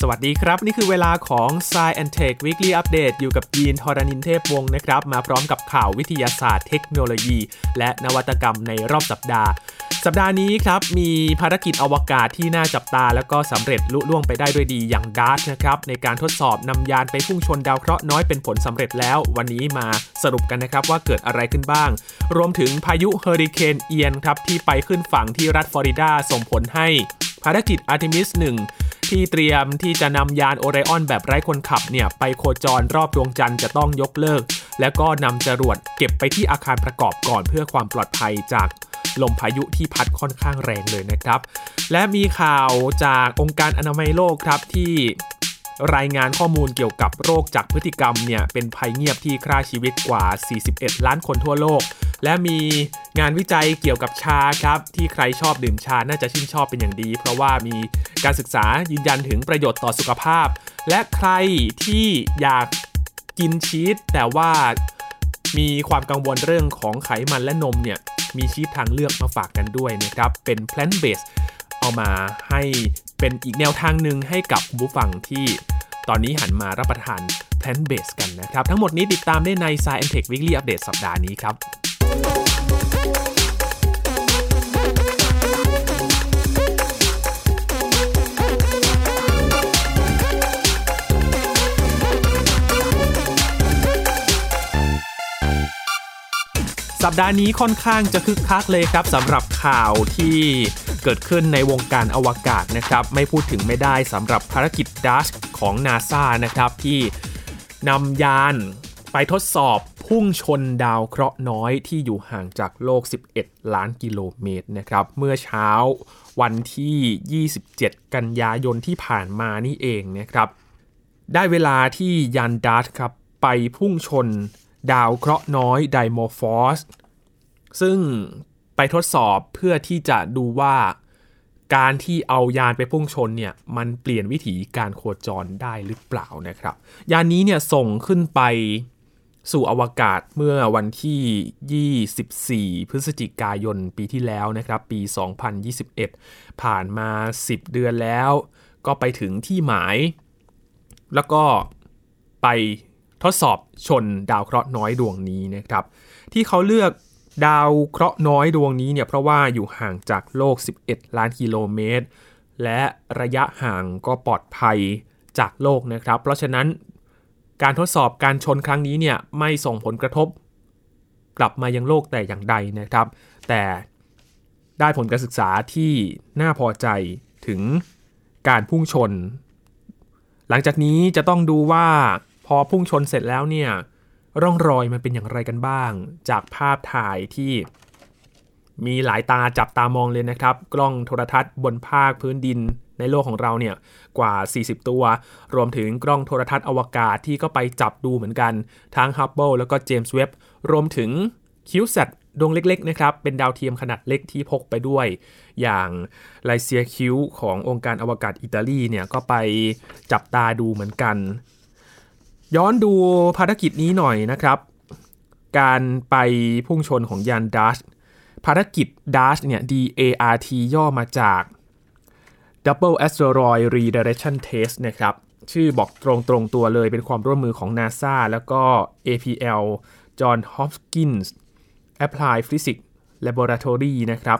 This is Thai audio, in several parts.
วัสดีครับนี่คือเวลาของ Science and Tech Weekly Update อยู่กับยีนทรณินเทพวงศ์นะครับมาพร้อมกับข่าววิทยาศาสตร์เทคโนโลยีและนวัตกรรมในรอบสัปดาห์นี้ครับมีภารกิจอวกาศที่น่าจับตาแล้วก็สำเร็จลุล่วงไปได้ด้วยดีอย่าง DART นะครับในการทดสอบนำยานไปพุ่งชนดาวเคราะห์น้อยเป็นผลสำเร็จแล้ววันนี้มาสรุปกันนะครับว่าเกิดอะไรขึ้นบ้างรวมถึงพายุเฮอริเคนเอียนครับที่ไปขึ้นฝั่งที่รัฐฟลอริดาส่งผลให้ภารกิจ Artemis 1ที่เตรียมที่จะนำยานโอไรออนแบบไร้คนขับเนี่ยไปโคจรรอบดวงจันทร์จะต้องยกเลิกแล้วก็นำจรวดเก็บไปที่อาคารประกอบก่อนเพื่อความปลอดภัยจากลมพายุที่พัดค่อนข้างแรงเลยนะครับและมีข่าวจากองค์การอนามัยโลกครับที่รายงานข้อมูลเกี่ยวกับโรคจากพฤติกรรมเนี่ยเป็นภัยเงียบที่ฆ่าชีวิตกว่า41ล้านคนทั่วโลกและมีงานวิจัยเกี่ยวกับชาครับที่ใครชอบดื่มชาน่าจะชื่นชอบเป็นอย่างดีเพราะว่ามีการศึกษายืนยันถึงประโยชน์ต่อสุขภาพและใครที่อยากกินชีสแต่ว่ามีความกังวลเรื่องของไขมันและนมเนี่ยมีชีสทางเลือกมาฝากกันด้วยนะครับเป็น plant based เอามาให้เป็นอีกแนวทางหนึ่งให้กับผู้ฟังที่ตอนนี้หันมารับประทาน plant based กันนะครับทั้งหมดนี้ติดตามได้ใน Science and Tech Weekly Update สัปดาห์นี้ครับสัปดาห์นี้ค่อนข้างจะคึกคักเลยครับสำหรับข่าวที่เกิดขึ้นในวงการอวกาศนะครับไม่พูดถึงไม่ได้สำหรับภารกิจ DART ของ NASA นะครับที่นำยานไปทดสอบพุ่งชนดาวเคราะห์น้อยที่อยู่ห่างจากโลก11ล้านกิโลเมตรนะครับเมื่อเช้าวันที่27กันยายนที่ผ่านมานี่เองนะครับได้เวลาที่ยาน DART ครับไปพุ่งชนดาวเคราะห์น้อยไดโมฟอสซึ่งไปทดสอบเพื่อที่จะดูว่าการที่เอายานไปพุ่งชนเนี่ยมันเปลี่ยนวิถีการโคจรได้หรือเปล่านะครับยานนี้เนี่ยส่งขึ้นไปสู่อวกาศเมื่อวันที่24พฤศจิกายนปีที่แล้วนะครับปี2021ผ่านมา10เดือนแล้วก็ไปถึงที่หมายแล้วก็ไปทดสอบชนดาวเคราะห์น้อยดวงนี้นะครับที่เขาเลือกดาวเคราะห์น้อยดวงนี้เนี่ยเพราะว่าอยู่ห่างจากโลก11ล้านกิโลเมตรและระยะห่างก็ปลอดภัยจากโลกนะครับเพราะฉะนั้นการทดสอบการชนครั้งนี้เนี่ยไม่ส่งผลกระทบกลับมายังโลกแต่อย่างใดนะครับแต่ได้ผลการศึกษาที่น่าพอใจถึงการพุ่งชนหลังจากนี้จะต้องดูว่าพอพุ่งชนเสร็จแล้วเนี่ยร่องรอยมันเป็นอย่างไรกันบ้างจากภาพถ่ายที่มีหลายตาจับตามองเลยนะครับกล้องโทรทัศน์บนภาคพื้นดินในโลกของเราเนี่ยกว่า40ตัวรวมถึงกล้องโทรทัศน์อวกาศที่ก็ไปจับดูเหมือนกันทั้ง Hubble แล้วก็ James Webb รวมถึง CubeSat ดวงเล็กๆนะครับเป็นดาวเทียมขนาดเล็กที่พกไปด้วยอย่าง Lancia Q ขององค์การอวกาศอิตาลีเนี่ยก็ไปจับตาดูเหมือนกันย้อนดูภารกิจนี้หน่อยนะครับการไปพุ่งชนของยาน DART ภารกิจ DART เนี่ย DART ย่อมาจาก Double Asteroid Redirection Test นะครับชื่อบอกตรงตัวเลยเป็นความร่วมมือของ NASA แล้วก็ APL John Hopkins Applied Physics Laboratory นะครับ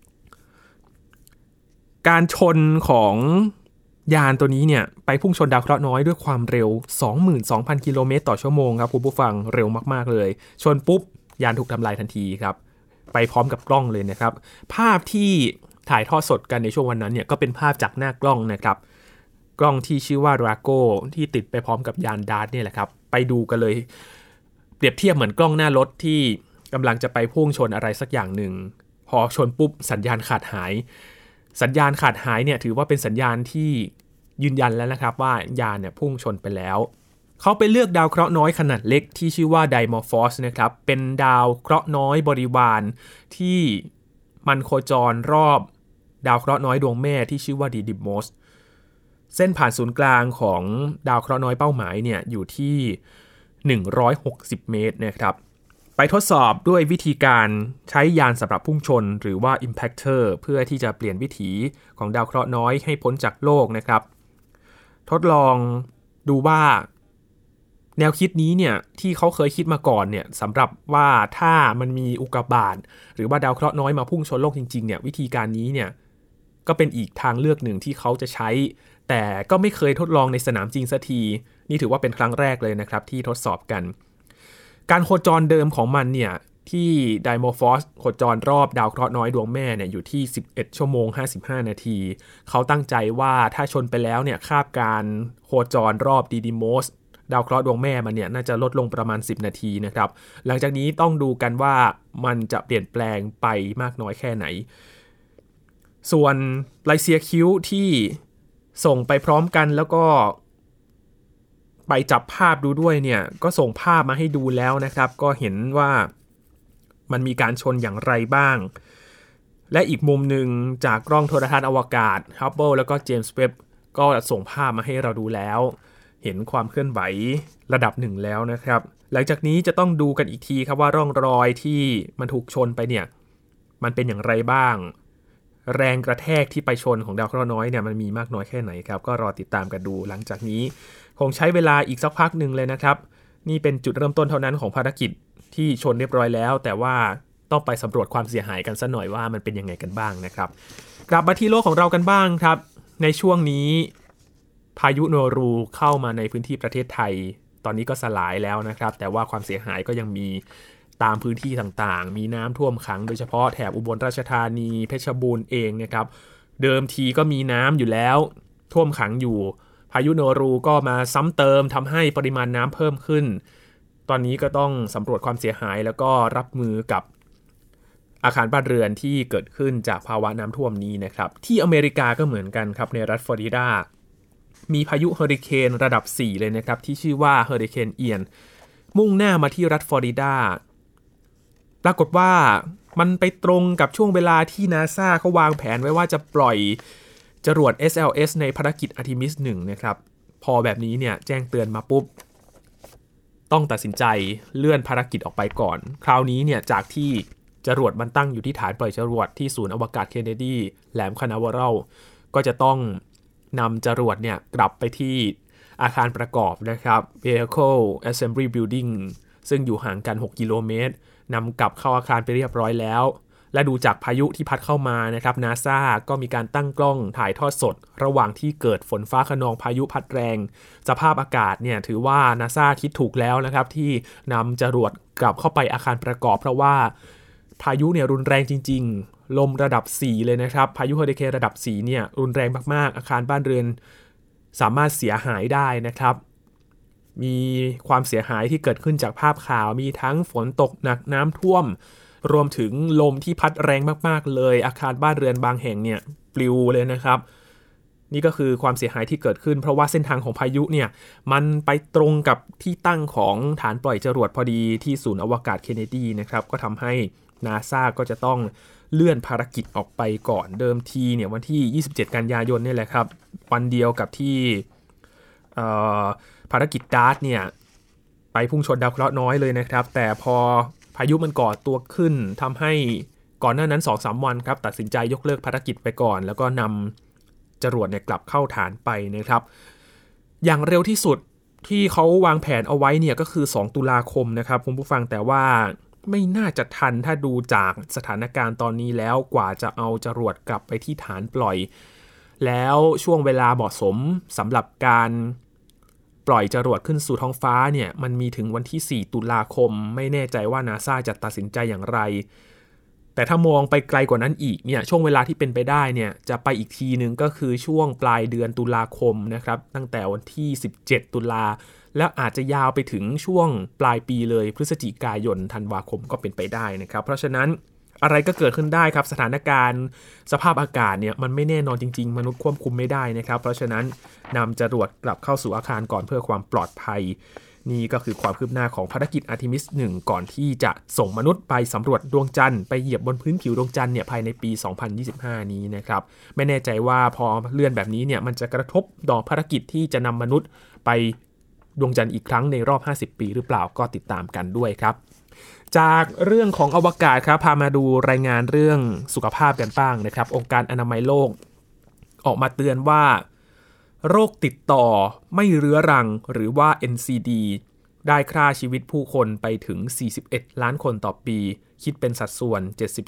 การชนของยานตัวนี้เนี่ยไปพุ่งชนดาวเคราะห์น้อยด้วยความเร็ว 22,000 กิโลเมตรต่อชั่วโมงครับคุณผู้ฟังเร็วมากๆเลยชนปุ๊บยานถูกทำลายทันทีครับไปพร้อมกับกล้องเลยนะครับภาพที่ถ่ายทอดสดกันในช่วงวันนั้นเนี่ยก็เป็นภาพจากหน้ากล้องนะครับกล้องที่ชื่อว่า Drago ที่ติดไปพร้อมกับยาน DART เนี่ยแหละครับไปดูกันเลยเปรียบเทียบเหมือนกล้องหน้ารถที่กำลังจะไปพุ่งชนอะไรสักอย่างหนึ่งพอชนปุ๊บสัญญาณขาดหายเนี่ยถือว่าเป็นสัญญาณที่ยืนยันแล้วนะครับว่ายานเนี่ยพุ่งชนไปแล้วเขาไปเลือกดาวเคราะห์น้อยขนาดเล็กที่ชื่อว่าไดมอร์ฟอสนะครับเป็นดาวเคราะห์น้อยบริวารที่มันโคจรรอบดาวเคราะห์น้อยดวงแม่ที่ชื่อว่าดีดิมอสเส้นผ่านศูนย์กลางของดาวเคราะห์น้อยเป้าหมายเนี่ยอยู่ที่160เมตรนะครับไปทดสอบด้วยวิธีการใช้ยานสำหรับพุ่งชนหรือว่า impactor เพื่อที่จะเปลี่ยนวิถีของดาวเคราะห์น้อยให้พ้นจากโลกนะครับทดลองดูว่าแนวคิดนี้เนี่ยที่เขาเคยคิดมาก่อนเนี่ยสำหรับว่าถ้ามันมีอุกกาบาตหรือว่าดาวเคราะห์น้อยมาพุ่งชนโลกจริงๆเนี่ยวิธีการนี้เนี่ยก็เป็นอีกทางเลือกหนึ่งที่เขาจะใช้แต่ก็ไม่เคยทดลองในสนามจริงสักทีนี่ถือว่าเป็นครั้งแรกเลยนะครับที่ทดสอบกันการโคจรเดิมของมันเนี่ยที่ไดโมฟอสโคจรรอบดาวเคราะห์น้อยดวงแม่เนี่ยอยู่ที่11ชั่วโมง55นาทีเขาตั้งใจว่าถ้าชนไปแล้วเนี่ยคาบการโคจรรอบดีดิโมสดาวเคราะห์ดวงแม่มันเนี่ยน่าจะลดลงประมาณ10นาทีนะครับหลังจากนี้ต้องดูกันว่ามันจะเปลี่ยนแปลงไปมากน้อยแค่ไหนส่วนไลเซียคิวที่ส่งไปพร้อมกันแล้วก็ไปจับภาพดูด้วยเนี่ยก็ส่งภาพมาให้ดูแล้วนะครับก็เห็นว่ามันมีการชนอย่างไรบ้างและอีกมุมหนึ่งจากกล้องโทรทัศน์อวกาศ Hubble แล้วก็ James Webb ก็ส่งภาพมาให้เราดูแล้วเห็นความเคลื่อนไหวระดับหนึ่งแล้วนะครับหลังจากนี้จะต้องดูกันอีกทีครับว่าร่องรอยที่มันถูกชนไปเนี่ยมันเป็นอย่างไรบ้างแรงกระแทกที่ไปชนของดาวเคราะห์น้อยเนี่ยมันมีมากน้อยแค่ไหนครับก็รอติดตามกันดูหลังจากนี้คงใช้เวลาอีกสักพักหนึ่งเลยนะครับนี่เป็นจุดเริ่มต้นเท่านั้นของภารกิจที่ชนเรียบร้อยแล้วแต่ว่าต้องไปสำรวจความเสียหายกันสักหน่อยว่ามันเป็นยังไงกันบ้างนะครับกลับมาที่โลกของเรากันบ้างครับในช่วงนี้พายุโนรูเข้ามาในพื้นที่ประเทศไทยตอนนี้ก็สลายแล้วนะครับแต่ว่าความเสียหายก็ยังมีตามพื้นที่ต่างๆมีน้ำท่วมขังโดยเฉพาะแถบอุบลราชธานีเพชรบูรณ์เองนะครับเดิมทีก็มีน้ำอยู่แล้วท่วมขังอยู่พายุโนรูก็มาซ้ำเติมทำให้ปริมาณน้ำเพิ่มขึ้นตอนนี้ก็ต้องสำรวจความเสียหายแล้วก็รับมือกับอาคารบ้านเรือนที่เกิดขึ้นจากภาวะน้ำท่วมนี้นะครับที่อเมริกาก็เหมือนกันครับในรัฐฟลอริดามีพายุเฮอริเคนระดับ4เลยนะครับที่ชื่อว่าเฮอริเคนเอียนมุ่งหน้ามาที่รัฐฟลอริดาปรากฏว่ามันไปตรงกับช่วงเวลาที่ NASA เขาวางแผนไว้ว่าจะปล่อยจรวด SLS ในภารกิจ Artemis 1นะครับพอแบบนี้เนี่ยแจ้งเตือนมาปุ๊บต้องตัดสินใจเลื่อนภารกิจออกไปก่อนคราวนี้เนี่ยจากที่จรวดมันตั้งอยู่ที่ฐานปล่อยจรวดที่ศูนย์อวกาศเคนเนดีแหลมคานาเวอรัลก็จะต้องนำจรวดเนี่ยกลับไปที่อาคารประกอบนะครับ Vehicle Assembly Building ซึ่งอยู่ห่างกัน6กิโลเมตรนำกลับเข้าอาคารไปเรียบร้อยแล้วและดูจากพายุที่พัดเข้ามานะครับ NASA ก็มีการตั้งกล้องถ่ายทอดสดระหว่างที่เกิดฝนฟ้าคะนองพายุพัดแรงสภาพอากาศเนี่ยถือว่า NASA คิดถูกแล้วนะครับที่นำจรวดกลับเข้าไปอาคารประกอบเพราะว่าพายุเนี่ยรุนแรงจริงๆลมระดับ4เลยนะครับพายุเฮอริเคนระดับ4เนี่ยรุนแรงมากๆอาคารบ้านเรือนสามารถเสียหายได้นะครับมีความเสียหายที่เกิดขึ้นจากภาพข่าวมีทั้งฝนตกหนักน้ำท่วมรวมถึงลมที่พัดแรงมากๆเลยอาคารบ้านเรือนบางแห่งเนี่ยปลิวเลยนะครับนี่ก็คือความเสียหายที่เกิดขึ้นเพราะว่าเส้นทางของพายุเนี่ยมันไปตรงกับที่ตั้งของฐานปล่อยจรวดพอดีที่ศูนย์อวกาศเคนเนดีนะครับก็ทำให้ NASA ก็จะต้องเลื่อนภารกิจออกไปก่อนเดิมทีเนี่ยวันที่27กันยายนนี่แหละครับวันเดียวกับที่ภารกิจดาร์ตเนี่ยไปพุ่งชนดาวเคราะห์น้อยเลยนะครับแต่พอพายุมันก่อตัวขึ้นทำให้ก่อนหน้านั้น 2-3 วันครับตัดสินใจยกเลิกภารกิจไปก่อนแล้วก็นำจรวดเนี่ยกลับเข้าฐานไปนะครับอย่างเร็วที่สุดที่เขาวางแผนเอาไว้เนี่ยก็คือ2ตุลาคมนะครับคุณผู้ฟังแต่ว่าไม่น่าจะทันถ้าดูจากสถานการณ์ตอนนี้แล้วกว่าจะเอาจรวดกลับไปที่ฐานปล่อยแล้วช่วงเวลาเหมาะสมสำหรับการปล่อยจรวดขึ้นสู่ท้องฟ้าเนี่ยมันมีถึงวันที่4ตุลาคมไม่แน่ใจว่า NASA จะตัดสินใจอย่างไรแต่ถ้ามองไปไกลกว่านั้นอีกเนี่ยช่วงเวลาที่เป็นไปได้เนี่ยจะไปอีกทีนึงก็คือช่วงปลายเดือนตุลาคมนะครับตั้งแต่วันที่17ตุลาแล้วอาจจะยาวไปถึงช่วงปลายปีเลยพฤศจิกายนธันวาคมก็เป็นไปได้นะครับเพราะฉะนั้นอะไรก็เกิดขึ้นได้ครับสถานการณ์สภาพอากาศเนี่ยมันไม่แน่นอนจริงๆมนุษย์ควบคุมไม่ได้นะครับเพราะฉะนั้นนำจรวดกลับเข้าสู่อาคารก่อนเพื่อความปลอดภัยนี่ก็คือความคืบหน้าของภารกิจ Artemis 1 ก่อนที่จะส่งมนุษย์ไปสำรวจดวงจันทร์ไปเหยียบบนพื้นผิวดวงจันทร์เนี่ยภายในปี 2025 นี้นะครับไม่แน่ใจว่าพอเลื่อนแบบนี้เนี่ยมันจะกระทบต่อภารกิจที่จะนำมนุษย์ไปดวงจันทร์อีกครั้งในรอบ50ปีหรือเปล่าก็ติดตามกันด้วยครับจากเรื่องของอวกาศครับพามาดูรายงานเรื่องสุขภาพกันบ้างนะครับองค์การอนามัยโลกออกมาเตือนว่าโรคติดต่อไม่เรื้อรังหรือว่า NCD ได้ฆ่าชีวิตผู้คนไปถึง41ล้านคนต่อปีคิดเป็นสัดส่วน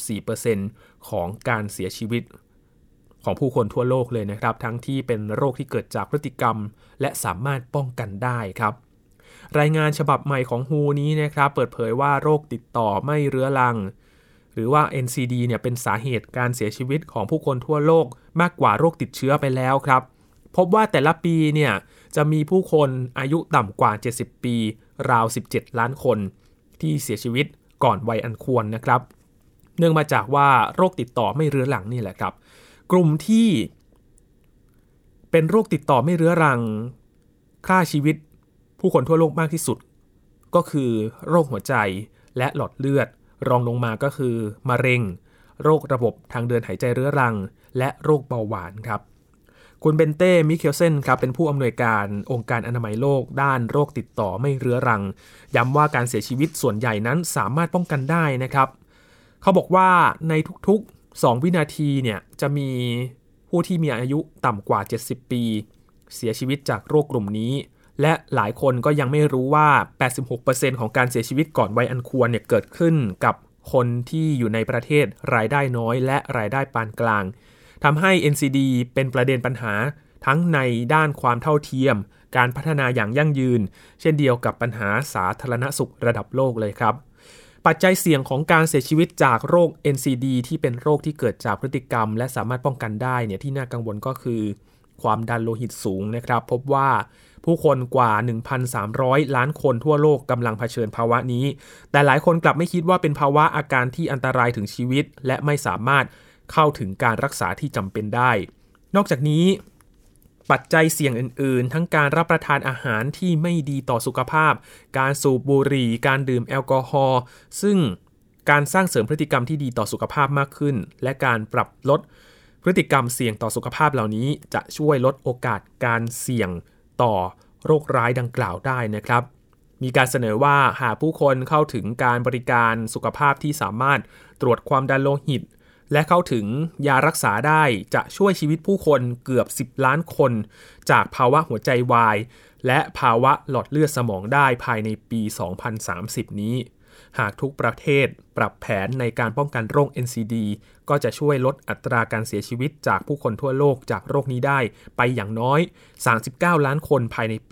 74% ของการเสียชีวิตของผู้คนทั่วโลกเลยนะครับทั้งที่เป็นโรคที่เกิดจากพฤติกรรมและสามารถป้องกันได้ครับรายงานฉบับใหม่ของ WHO นี้นะครับเปิดเผยว่าโรคติดต่อไม่เรื้อรังหรือว่า NCD เนี่ยเป็นสาเหตุการเสียชีวิตของผู้คนทั่วโลกมากกว่าโรคติดเชื้อไปแล้วครับพบว่าแต่ละปีเนี่ยจะมีผู้คนอายุต่ำกว่า70ปีราว17ล้านคนที่เสียชีวิตก่อนวัยอันควรนะครับเนื่องมาจากว่าโรคติดต่อไม่เรื้อรังนี่แหละครับกลุ่มที่เป็นโรคติดต่อไม่เรื้อรังฆ่าชีวิตผู้คนทั่วโลกมากที่สุดก็คือโรคหัวใจและหลอดเลือดรองลงมาก็คือมะเร็งโรคระบบทางเดินหายใจเรื้อรังและโรคเบาหวานครับคุณเบนเต้ มิเคลเซนครับเป็นผู้อำนวยการองค์การอนามัยโลกด้านโรคติดต่อไม่เรื้อรังย้ำว่าการเสียชีวิตส่วนใหญ่นั้นสามารถป้องกันได้นะครับเขาบอกว่าในทุกๆ2วินาทีเนี่ยจะมีผู้ที่มีอายุต่ำกว่า70ปีเสียชีวิตจากโรคกลุ่มนี้และหลายคนก็ยังไม่รู้ว่า 86% ของการเสียชีวิตก่อนวัยอันควรเนี่ยเกิดขึ้นกับคนที่อยู่ในประเทศรายได้น้อยและรายได้ปานกลางทำให้ NCD เป็นประเด็นปัญหาทั้งในด้านความเท่าเทียมการพัฒนาอย่างยั่งยืนเช่นเดียวกับปัญหาสาธารณสุขระดับโลกเลยครับปัจจัยเสี่ยงของการเสียชีวิตจากโรค NCD ที่เป็นโรคที่เกิดจากพฤติกรรมและสามารถป้องกันได้เนี่ยที่น่ากังวลก็คือความดันโลหิตสูงนะครับพบว่าผู้คนกว่า 1,300 ล้านคนทั่วโลกกำลังเผชิญภาวะนี้แต่หลายคนกลับไม่คิดว่าเป็นภาวะอาการที่อันตรายถึงชีวิตและไม่สามารถเข้าถึงการรักษาที่จำเป็นได้นอกจากนี้ปัจจัยเสี่ยงอื่นๆทั้งการรับประทานอาหารที่ไม่ดีต่อสุขภาพการสูบบุหรี่การดื่มแอลกอฮอล์ซึ่งการสร้างเสริมพฤติกรรมที่ดีต่อสุขภาพมากขึ้นและการปรับลดพฤติกรรมเสี่ยงต่อสุขภาพเหล่านี้จะช่วยลดโอกาสการเสี่ยงต่อโรคร้ายดังกล่าวได้นะครับมีการเสนอว่าหากผู้คนเข้าถึงการบริการสุขภาพที่สามารถตรวจความดันโลหิตและเข้าถึงยารักษาได้จะช่วยชีวิตผู้คนเกือบ10ล้านคนจากภาวะหัวใจวายและภาวะหลอดเลือดสมองได้ภายในปี 2030 นี้หากทุกประเทศปรับแผนในการป้องกันโรค NCD ก็จะช่วยลดอัตราการเสียชีวิตจากผู้คนทั่วโลกจากโรคนี้ได้ไปอย่างน้อย39ล้านคนภายในปี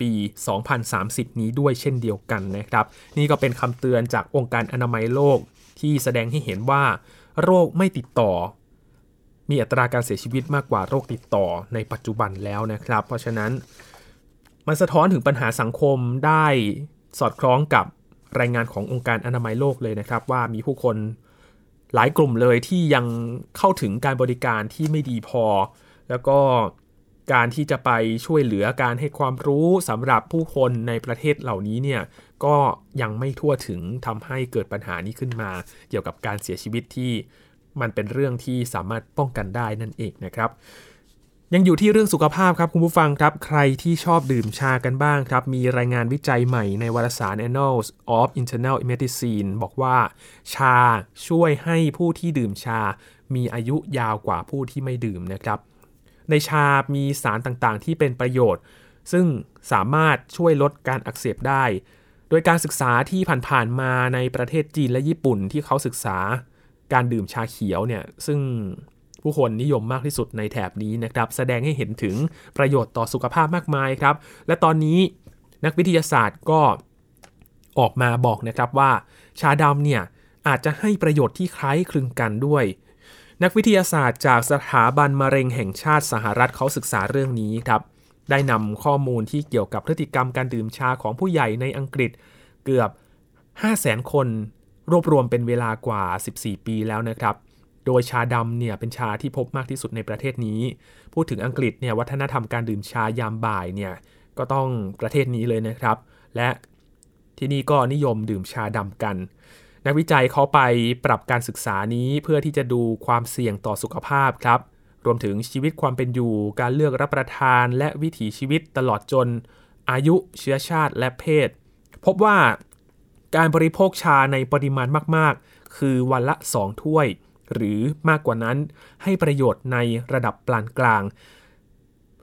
2030 นี้ด้วยเช่นเดียวกันนะครับนี่ก็เป็นคำเตือนจากองค์การอนามัยโลกที่แสดงให้เห็นว่าโรคไม่ติดต่อมีอัตราการเสียชีวิตมากกว่าโรคติดต่อในปัจจุบันแล้วนะครับเพราะฉะนั้นมันสะท้อนถึงปัญหาสังคมได้สอดคล้องกับรายงานขององค์การอนามัยโลกเลยนะครับว่ามีผู้คนหลายกลุ่มเลยที่ยังเข้าถึงการบริการที่ไม่ดีพอแล้วก็การที่จะไปช่วยเหลือการให้ความรู้สำหรับผู้คนในประเทศเหล่านี้เนี่ยก็ยังไม่ทั่วถึงทำให้เกิดปัญหานี้ขึ้นมาเกี่ยวกับการเสียชีวิตที่มันเป็นเรื่องที่สามารถป้องกันได้นั่นเองนะครับยังอยู่ที่เรื่องสุขภาพครับคุณผู้ฟังครับใครที่ชอบดื่มชากันบ้างครับมีรายงานวิจัยใหม่ในวารสาร Annals of Internal Medicine บอกว่าชาช่วยให้ผู้ที่ดื่มชามีอายุยาวกว่าผู้ที่ไม่ดื่มนะครับในชามีสารต่างๆที่เป็นประโยชน์ซึ่งสามารถช่วยลดการอักเสบได้โดยการศึกษาที่ผ่านๆมาในประเทศจีนและญี่ปุ่นที่เขาศึกษาการดื่มชาเขียวเนี่ยซึ่งผู้คนนิยมมากที่สุดในแถบนี้นะครับแสดงให้เห็นถึงประโยชน์ต่อสุขภาพมากมายครับและตอนนี้นักวิทยาศาสตร์ก็ออกมาบอกนะครับว่าชาดำเนี่ยอาจจะให้ประโยชน์ที่คล้ายคลึงกันด้วยนักวิทยาศาสตร์จากสถาบันมะเร็งแห่งชาติสหรัฐเขาศึกษาเรื่องนี้ครับได้นำข้อมูลที่เกี่ยวกับพฤติกรรมการดื่มชาของผู้ใหญ่ในอังกฤษเกือบ 500,000 คนรวบรวมเป็นเวลากว่า14ปีแล้วนะครับโดยชาดำเนี่ยเป็นชาที่พบมากที่สุดในประเทศนี้พูดถึงอังกฤษเนี่ยวัฒนธรรมการดื่มชายามบ่ายเนี่ยก็ต้องประเทศนี้เลยนะครับและที่นี่ก็นิยมดื่มชาดำกันนักวิจัยเขาไปปรับการศึกษานี้เพื่อที่จะดูความเสี่ยงต่อสุขภาพครับรวมถึงชีวิตความเป็นอยู่การเลือกรับประทานและวิถีชีวิตตลอดจนอายุเชื้อชาติและเพศพบว่าการบริโภคชาในปริมาณมากๆคือวันละ2ถ้วยหรือมากกว่านั้นให้ประโยชน์ในระดับปานกลาง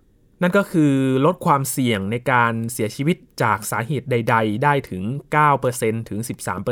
นั่นก็คือลดความเสี่ยงในการเสียชีวิตจากสาเหตุใดๆได้ถึง 9% ถึง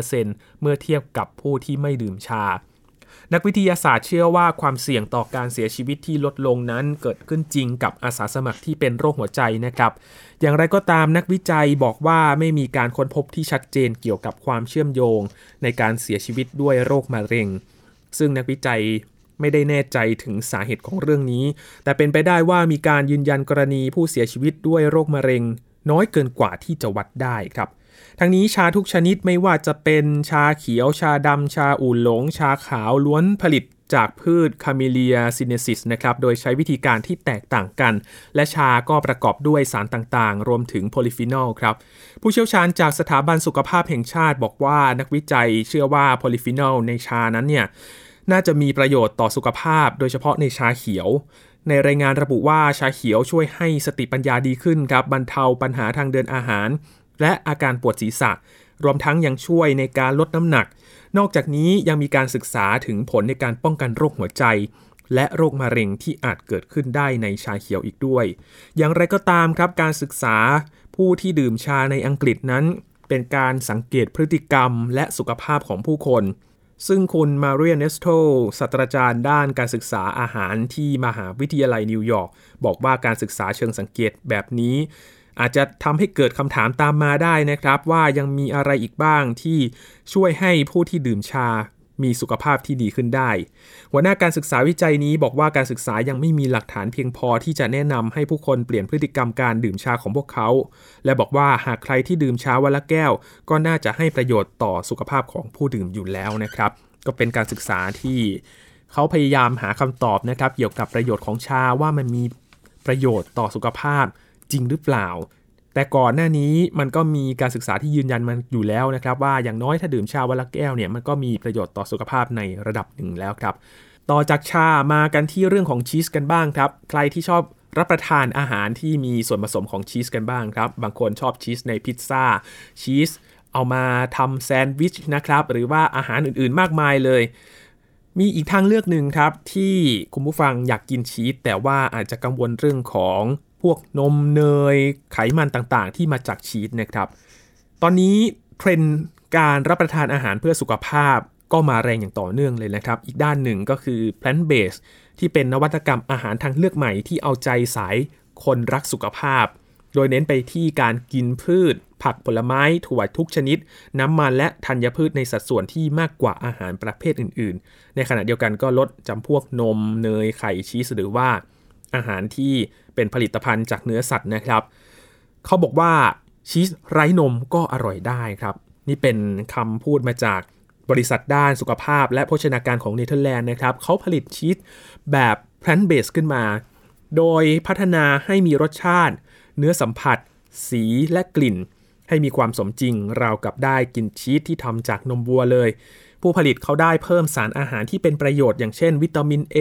13% เมื่อเทียบกับผู้ที่ไม่ดื่มชานักวิทยาศาสตร์เชื่อว่าความเสี่ยงต่อการเสียชีวิตที่ลดลงนั้นเกิดขึ้นจริงกับอาสาสมัครที่เป็นโรคหัวใจนะครับอย่างไรก็ตามนักวิจัยบอกว่าไม่มีการค้นพบที่ชัดเจนเกี่ยวกับความเชื่อมโยงในการเสียชีวิตด้วยโรคมะเร็งซึ่งนักวิจัยไม่ได้แน่ใจถึงสาเหตุของเรื่องนี้แต่เป็นไปได้ว่ามีการยืนยันกรณีผู้เสียชีวิตด้วยโรคมะเร็งน้อยเกินกว่าที่จะวัดได้ครับทั้งนี้ชาทุกชนิดไม่ว่าจะเป็นชาเขียวชาดำชาอู่หลงชาขาวล้วนผลิตจากพืช Camellia sinensis นะครับโดยใช้วิธีการที่แตกต่างกันและชาก็ประกอบด้วยสารต่างๆรวมถึงโพลีฟีนอลครับผู้เชี่ยวชาญจากสถาบันสุขภาพแห่งชาติบอกว่านักวิจัยเชื่อว่าโพลีฟีนอลในชานั้นเนี่ยน่าจะมีประโยชน์ต่อสุขภาพโดยเฉพาะในชาเขียวในรายงานระบุว่าชาเขียวช่วยให้สติปัญญาดีขึ้นครับบรรเทาปัญหาทางเดินอาหารและอาการปวดศีรษะรวมทั้งยังช่วยในการลดน้ำหนักนอกจากนี้ยังมีการศึกษาถึงผลในการป้องกันโรคหัวใจและโรคมะเร็งที่อาจเกิดขึ้นได้ในชาเขียวอีกด้วยอย่างไรก็ตามครับการศึกษาผู้ที่ดื่มชาในอังกฤษนั้นเป็นการสังเกตพฤติกรรมและสุขภาพของผู้คนซึ่งคุณมาเรียเนสโตศาสตราจารย์ด้านการศึกษาอาหารที่มหาวิทยาลัยนิวยอร์กบอกว่าการศึกษาเชิงสังเกตแบบนี้อาจจะทำให้เกิดคำถามตามมาได้นะครับว่ายังมีอะไรอีกบ้างที่ช่วยให้ผู้ที่ดื่มชามีสุขภาพที่ดีขึ้นได้หัวหน้าการศึกษาวิจัยนี้บอกว่าการศึกษายังไม่มีหลักฐานเพียงพอที่จะแนะนำให้ผู้คนเปลี่ยนพฤติกรรมการดื่มชาของพวกเขาและบอกว่าหากใครที่ดื่มชาวันละแก้วก็น่าจะให้ประโยชน์ต่อสุขภาพของผู้ดื่มอยู่แล้วนะครับก็เป็นการศึกษาที่เขาพยายามหาคำตอบนะครับเกี่ยวกับประโยชน์ของชาว่ามันมีประโยชน์ต่อสุขภาพจริงหรือเปล่าแต่ก่อนหน้านี้มันก็มีการศึกษาที่ยืนยันมันอยู่แล้วนะครับว่าอย่างน้อยถ้าดื่มชาวันละแก้วเนี่ยมันก็มีประโยชน์ต่อสุขภาพในระดับหนึ่งแล้วครับต่อจากชามากันที่เรื่องของชีสกันบ้างครับใครที่ชอบรับประทานอาหารที่มีส่วนผสมของชีสกันบ้างครับบางคนชอบชีสในพิซซ่าชีสเอามาทำแซนด์วิชนะครับหรือว่าอาหารอื่นๆมากมายเลยมีอีกทางเลือกหนึ่งครับที่คุณผู้ฟังอยากกินชีสแต่ว่าอาจจะกังวลเรื่องของพวกนมเนยไขมันต่างๆที่มาจากชีสนะครับตอนนี้เทรนด์การรับประทานอาหารเพื่อสุขภาพก็มาแรงอย่างต่อเนื่องเลยนะครับอีกด้านหนึ่งก็คือ plant based ที่เป็นนวัตกรรมอาหารทางเลือกใหม่ที่เอาใจสายคนรักสุขภาพโดยเน้นไปที่การกินพืชผักผลไม้ถั่วทุกชนิดน้ำมันและธัญพืชในสัดส่วนที่มากกว่าอาหารประเภทอื่นๆในขณะเดียวกันก็ลดจำพวกนมเนยไข่ชีสหรือว่าอาหารที่เป็นผลิตภัณฑ์จากเนื้อสัตว์นะครับเขาบอกว่าชีสไร้นมก็อร่อยได้ครับนี่เป็นคำพูดมาจากบริษัทด้านสุขภาพและโภชนาการของเนเธอร์แลนด์นะครับเขาผลิตชีสแบบ plant based ขึ้นมาโดยพัฒนาให้มีรสชาติเนื้อสัมผัสสีและกลิ่นให้มีความสมจริงราวกับได้กินชีสที่ทำจากนมวัวเลยผู้ผลิตเขาได้เพิ่มสารอาหารที่เป็นประโยชน์อย่างเช่นวิตามิน A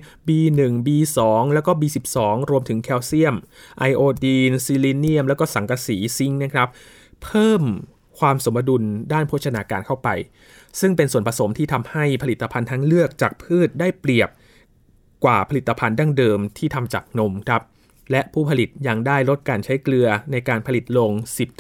B1 B2 แล้วก็ B12 รวมถึงแคลเซียมไอโอดีนซิลิเนียมแล้วก็สังกะสีซิงค์นะครับเพิ่มความสมดุลด้านโภชนาการเข้าไปซึ่งเป็นส่วนผสมที่ทำให้ผลิตภัณฑ์ทางเลือกจากพืชได้เปรียบกว่าผลิตภัณฑ์ดั้งเดิมที่ทำจากนมครับและผู้ผลิตยังได้ลดการใช้เกลือในการผลิตลง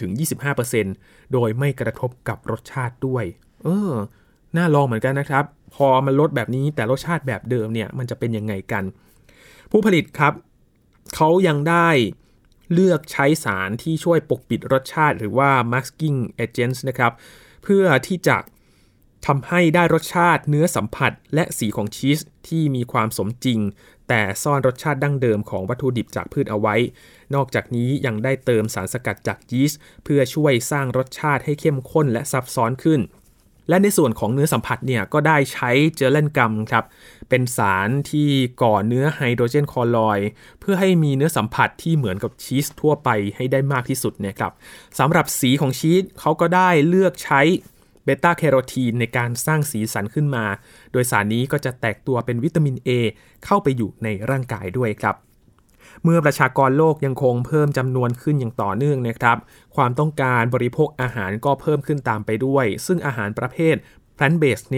10-25% โดยไม่กระทบกับรสชาติด้วยน่าลองเหมือนกันนะครับพอมันลดแบบนี้แต่รสชาติแบบเดิมเนี่ยมันจะเป็นยังไงกันผู้ผลิตครับเขายังได้เลือกใช้สารที่ช่วยปกปิดรสชาติหรือว่า masking agents นะครับเพื่อที่จะทำให้ได้รสชาติเนื้อสัมผัสและสีของชีสที่มีความสมจริงแต่ซ่อนรสชาติดั้งเดิมของวัตถุดิบจากพืชเอาไว้นอกจากนี้ยังได้เติมสารสกัดจากยีสต์เพื่อช่วยสร้างรสชาติให้เข้มข้นและซับซ้อนขึ้นและในส่วนของเนื้อสัมผัสเนี่ยก็ได้ใช้เจลเลนกัมครับเป็นสารที่ก่อเนื้อไฮโดรเจนคลอไรด์เพื่อให้มีเนื้อสัมผัสที่เหมือนกับชีสทั่วไปให้ได้มากที่สุดเนี่ยครับสำหรับสีของชีสเขาก็ได้เลือกใช้เบต้าแคโรทีนในการสร้างสีสันขึ้นมาโดยสารนี้ก็จะแตกตัวเป็นวิตามิน A เข้าไปอยู่ในร่างกายด้วยครับเมื่อประชากรโลกยังคงเพิ่มจำนวนขึ้นอย่างต่อเนื่องนะครับความต้องการบริโภคอาหารก็เพิ่มขึ้นตามไปด้วยซึ่งอาหารประเภท plant based เนี่ย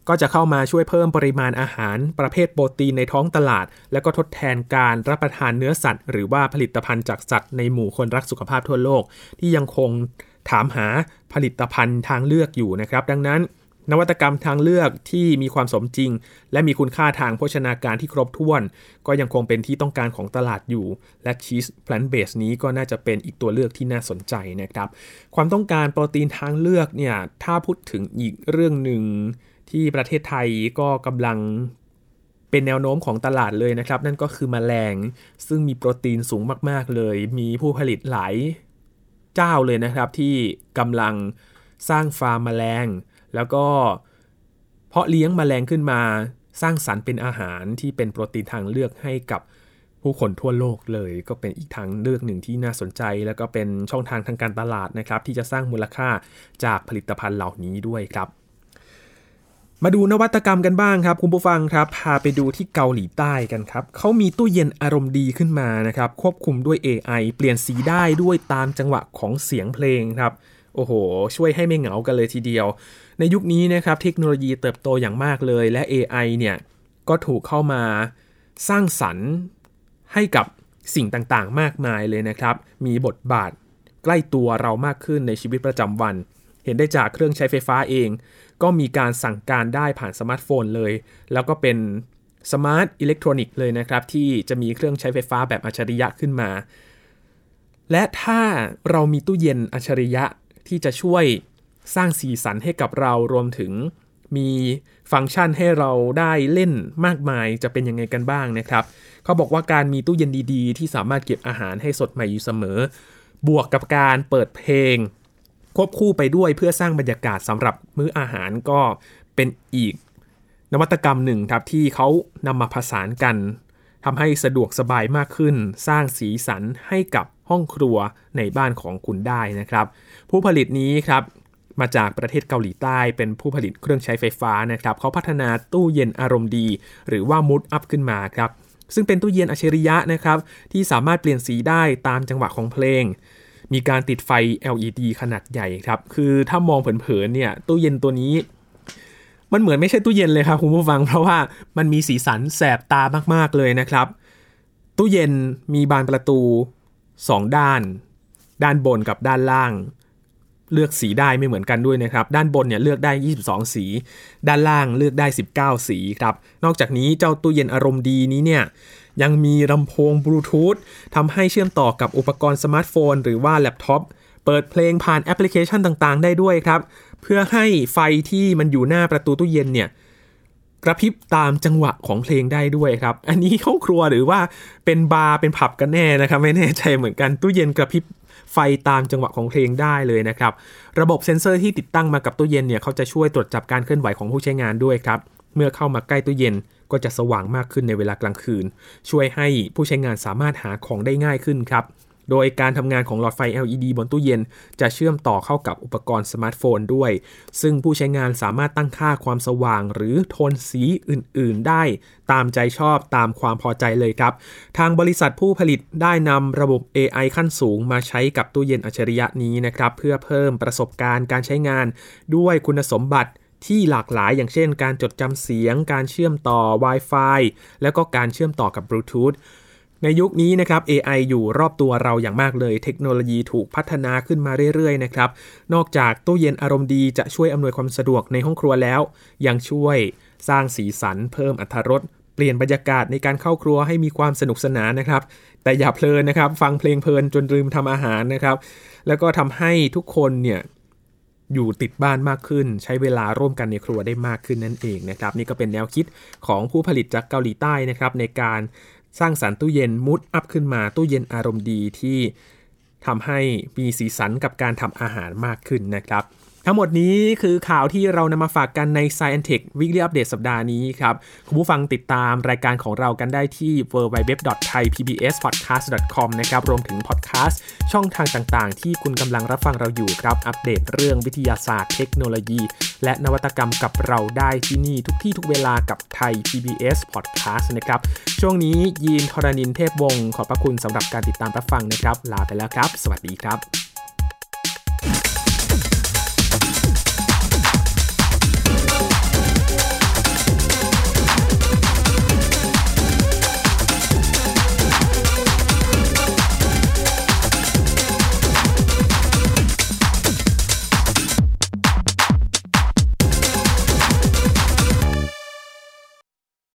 ก็จะเข้ามาช่วยเพิ่มปริมาณอาหารประเภทโปรตีนในท้องตลาดแล้วก็ทดแทนการรับประทานเนื้อสัตว์หรือว่าผลิตภัณฑ์จากสัตว์ในหมู่คนรักสุขภาพทั่วโลกที่ยังคงถามหาผลิตภัณฑ์ทางเลือกอยู่นะครับดังนั้นนวัตกรรมทางเลือกที่มีความสมจริงและมีคุณค่าทางโภชนาการที่ครบถ้วนก็ยังคงเป็นที่ต้องการของตลาดอยู่และชีสแพลนท์เบสนี้ก็น่าจะเป็นอีกตัวเลือกที่น่าสนใจนะครับความต้องการโปรตีนทางเลือกเนี่ยถ้าพูดถึงอีกเรื่องหนึ่งที่ประเทศไทยก็กำลังเป็นแนวโน้มของตลาดเลยนะครับนั่นก็คือแมลงซึ่งมีโปรตีนสูงมากๆเลยมีผู้ผลิตหลายเจ้าเลยนะครับที่กำลังสร้างฟาร์มแมลงแล้วก็เพาะเลี้ยงแมลงขึ้นมาสร้างสรรค์เป็นอาหารที่เป็นโปรตีนทางเลือกให้กับผู้คนทั่วโลกเลยก็เป็นอีกทางเลือกหนึ่งที่น่าสนใจแล้วก็เป็นช่องทางทางการตลาดนะครับที่จะสร้างมูลค่าจากผลิตภัณฑ์เหล่านี้ด้วยครับมาดูนวัตกรรมกันบ้างครับคุณผู้ฟังครับพาไปดูที่เกาหลีใต้กันครับเขามีตู้เย็นอารมณ์ดีขึ้นมานะครับควบคุมด้วย AI เปลี่ยนสีได้ด้วยตามจังหวะของเสียงเพลงครับโอ้โหช่วยให้ไม่เหงากันเลยทีเดียวในยุคนี้นะครับเทคโนโลยีเติบโตอย่างมากเลยและ AI เนี่ยก็ถูกเข้ามาสร้างสรรค์ให้กับสิ่งต่างๆมากมายเลยนะครับมีบทบาทใกล้ตัวเรามากขึ้นในชีวิตประจำวันเห็นได้จากเครื่องใช้ไฟฟ้าเองก็มีการสั่งการได้ผ่านสมาร์ทโฟนเลยแล้วก็เป็นสมาร์ทอิเล็กทรอนิกส์เลยนะครับที่จะมีเครื่องใช้ไฟฟ้าแบบอัจฉริยะขึ้นมาและถ้าเรามีตู้เย็นอัจฉริยะที่จะช่วยสร้างสีสันให้กับเรารวมถึงมีฟังก์ชันให้เราได้เล่นมากมายจะเป็นยังไงกันบ้างนะครับเขาบอกว่าการมีตู้เย็นดีๆที่สามารถเก็บอาหารให้สดใหม่อยู่เสมอบวกกับการเปิดเพลงควบคู่ไปด้วยเพื่อสร้างบรรยากาศสำหรับมื้ออาหารก็เป็นอีกนวัตกรรมหนึ่งครับที่เขานำมาผสานกันทำให้สะดวกสบายมากขึ้นสร้างสีสันให้กับห้องครัวในบ้านของคุณได้นะครับผู้ผลิตนี้ครับมาจากประเทศเกาหลีใต้เป็นผู้ผลิตเครื่องใช้ไฟฟ้านะครับเขาพัฒนาตู้เย็นอารมณ์ดีหรือว่า Mood Up ขึ้นมาครับซึ่งเป็นตู้เย็นอัจฉริยะนะครับที่สามารถเปลี่ยนสีได้ตามจังหวะของเพลงมีการติดไฟ LED ขนาดใหญ่ครับคือถ้ามองเผินๆเนี่ยตู้เย็นตัวนี้มันเหมือนไม่ใช่ตู้เย็นเลยครับคุณผู้ฟังเพราะว่ามันมีสีสันแสบตามากๆเลยนะครับตู้เย็นมีบานประตู2ด้านบนกับด้านล่างเลือกสีได้ไม่เหมือนกันด้วยนะครับด้านบนเนี่ยเลือกได้22สีด้านล่างเลือกได้19สีครับนอกจากนี้เจ้าตู้เย็นอารมณ์ดีนี้เนี่ยยังมีลำโพงบลูทูธทำให้เชื่อมต่อกับอุปกรณ์สมาร์ทโฟนหรือว่าแล็ปท็อปเปิดเพลงผ่านแอปพลิเคชันต่างๆได้ด้วยครับเพื่อให้ไฟที่มันอยู่หน้าประตูตู้เย็นเนี่ยกระพริบตามจังหวะของเพลงได้ด้วยครับอันนี้เข้าครัวหรือว่าเป็นบาร์เป็นผับกันแน่นะครับไม่แน่ใจเหมือนกันตู้เย็นกระพริบไฟตามจังหวะของเพลงได้เลยนะครับระบบเซ็นเซอร์ที่ติดตั้งมากับตู้เย็นเนี่ยเขาจะช่วยตรวจจับการเคลื่อนไหวของผู้ใช้งานด้วยครับเมื่อเข้ามาใกล้ตู้เย็นก็จะสว่างมากขึ้นในเวลากลางคืนช่วยให้ผู้ใช้งานสามารถหาของได้ง่ายขึ้นครับโดยการทำงานของหลอดไฟ LED บนตู้เย็นจะเชื่อมต่อเข้ากับอุปกรณ์สมาร์ทโฟนด้วยซึ่งผู้ใช้งานสามารถตั้งค่าความสว่างหรือโทนสีอื่นๆได้ตามใจชอบตามความพอใจเลยครับทางบริษัทผู้ผลิตได้นำระบบ AI ขั้นสูงมาใช้กับตู้เย็นอัจฉริยะนี้นะครับเพื่อเพิ่มประสบการณ์การใช้งานด้วยคุณสมบัติที่หลากหลายอย่างเช่นการจดจำเสียงการเชื่อมต่อ Wi-Fi แล้วก็การเชื่อมต่อกับ Bluetoothในยุคนี้นะครับ AI อยู่รอบตัวเราอย่างมากเลยเทคโนโลยีถูกพัฒนาขึ้นมาเรื่อยๆนะครับนอกจากตู้เย็นอารมณ์ดีจะช่วยอำนวยความสะดวกในห้องครัวแล้วยังช่วยสร้างสีสันเพิ่มอรรถรสเปลี่ยนบรรยากาศในการเข้าครัวให้มีความสนุกสนานนะครับแต่อย่าเพลินนะครับฟังเพลงเพลินจนลืมทำอาหารนะครับแล้วก็ทำให้ทุกคนเนี่ยอยู่ติดบ้านมากขึ้นใช้เวลาร่วมกันในครัวได้มากขึ้นนั่นเองนะครับนี่ก็เป็นแนวคิดของผู้ผลิตจากเกาหลีใต้นะครับในการสร้างสรรค์ตู้เย็นมูดอัพขึ้นมาตู้เย็นอารมณ์ดีที่ทำให้มีสีสันกับการทำอาหารมากขึ้นนะครับทั้งหมดนี้คือข่าวที่เรานำมาฝากกันใน Science Tech Weekly Update สัปดาห์นี้ครับคุณผู้ฟังติดตามรายการของเรากันได้ที่ www.thaipbspodcast.com นะครับรวมถึงพอดแคสต์ช่องทางต่างๆที่คุณกำลังรับฟังเราอยู่ครับอัปเดตเรื่องวิทยาศาสตร์เทคโนโลยีและนวัตกรรมกับเราได้ที่นี่ทุกที่ทุกเวลากับ Thai PBS Podcast นะครับช่วงนี้ยีนทรณินเทพวงศ์ขอบพระคุณสำหรับการติดตามรับฟังนะครับลาไปแล้วครับสวัสดีครับ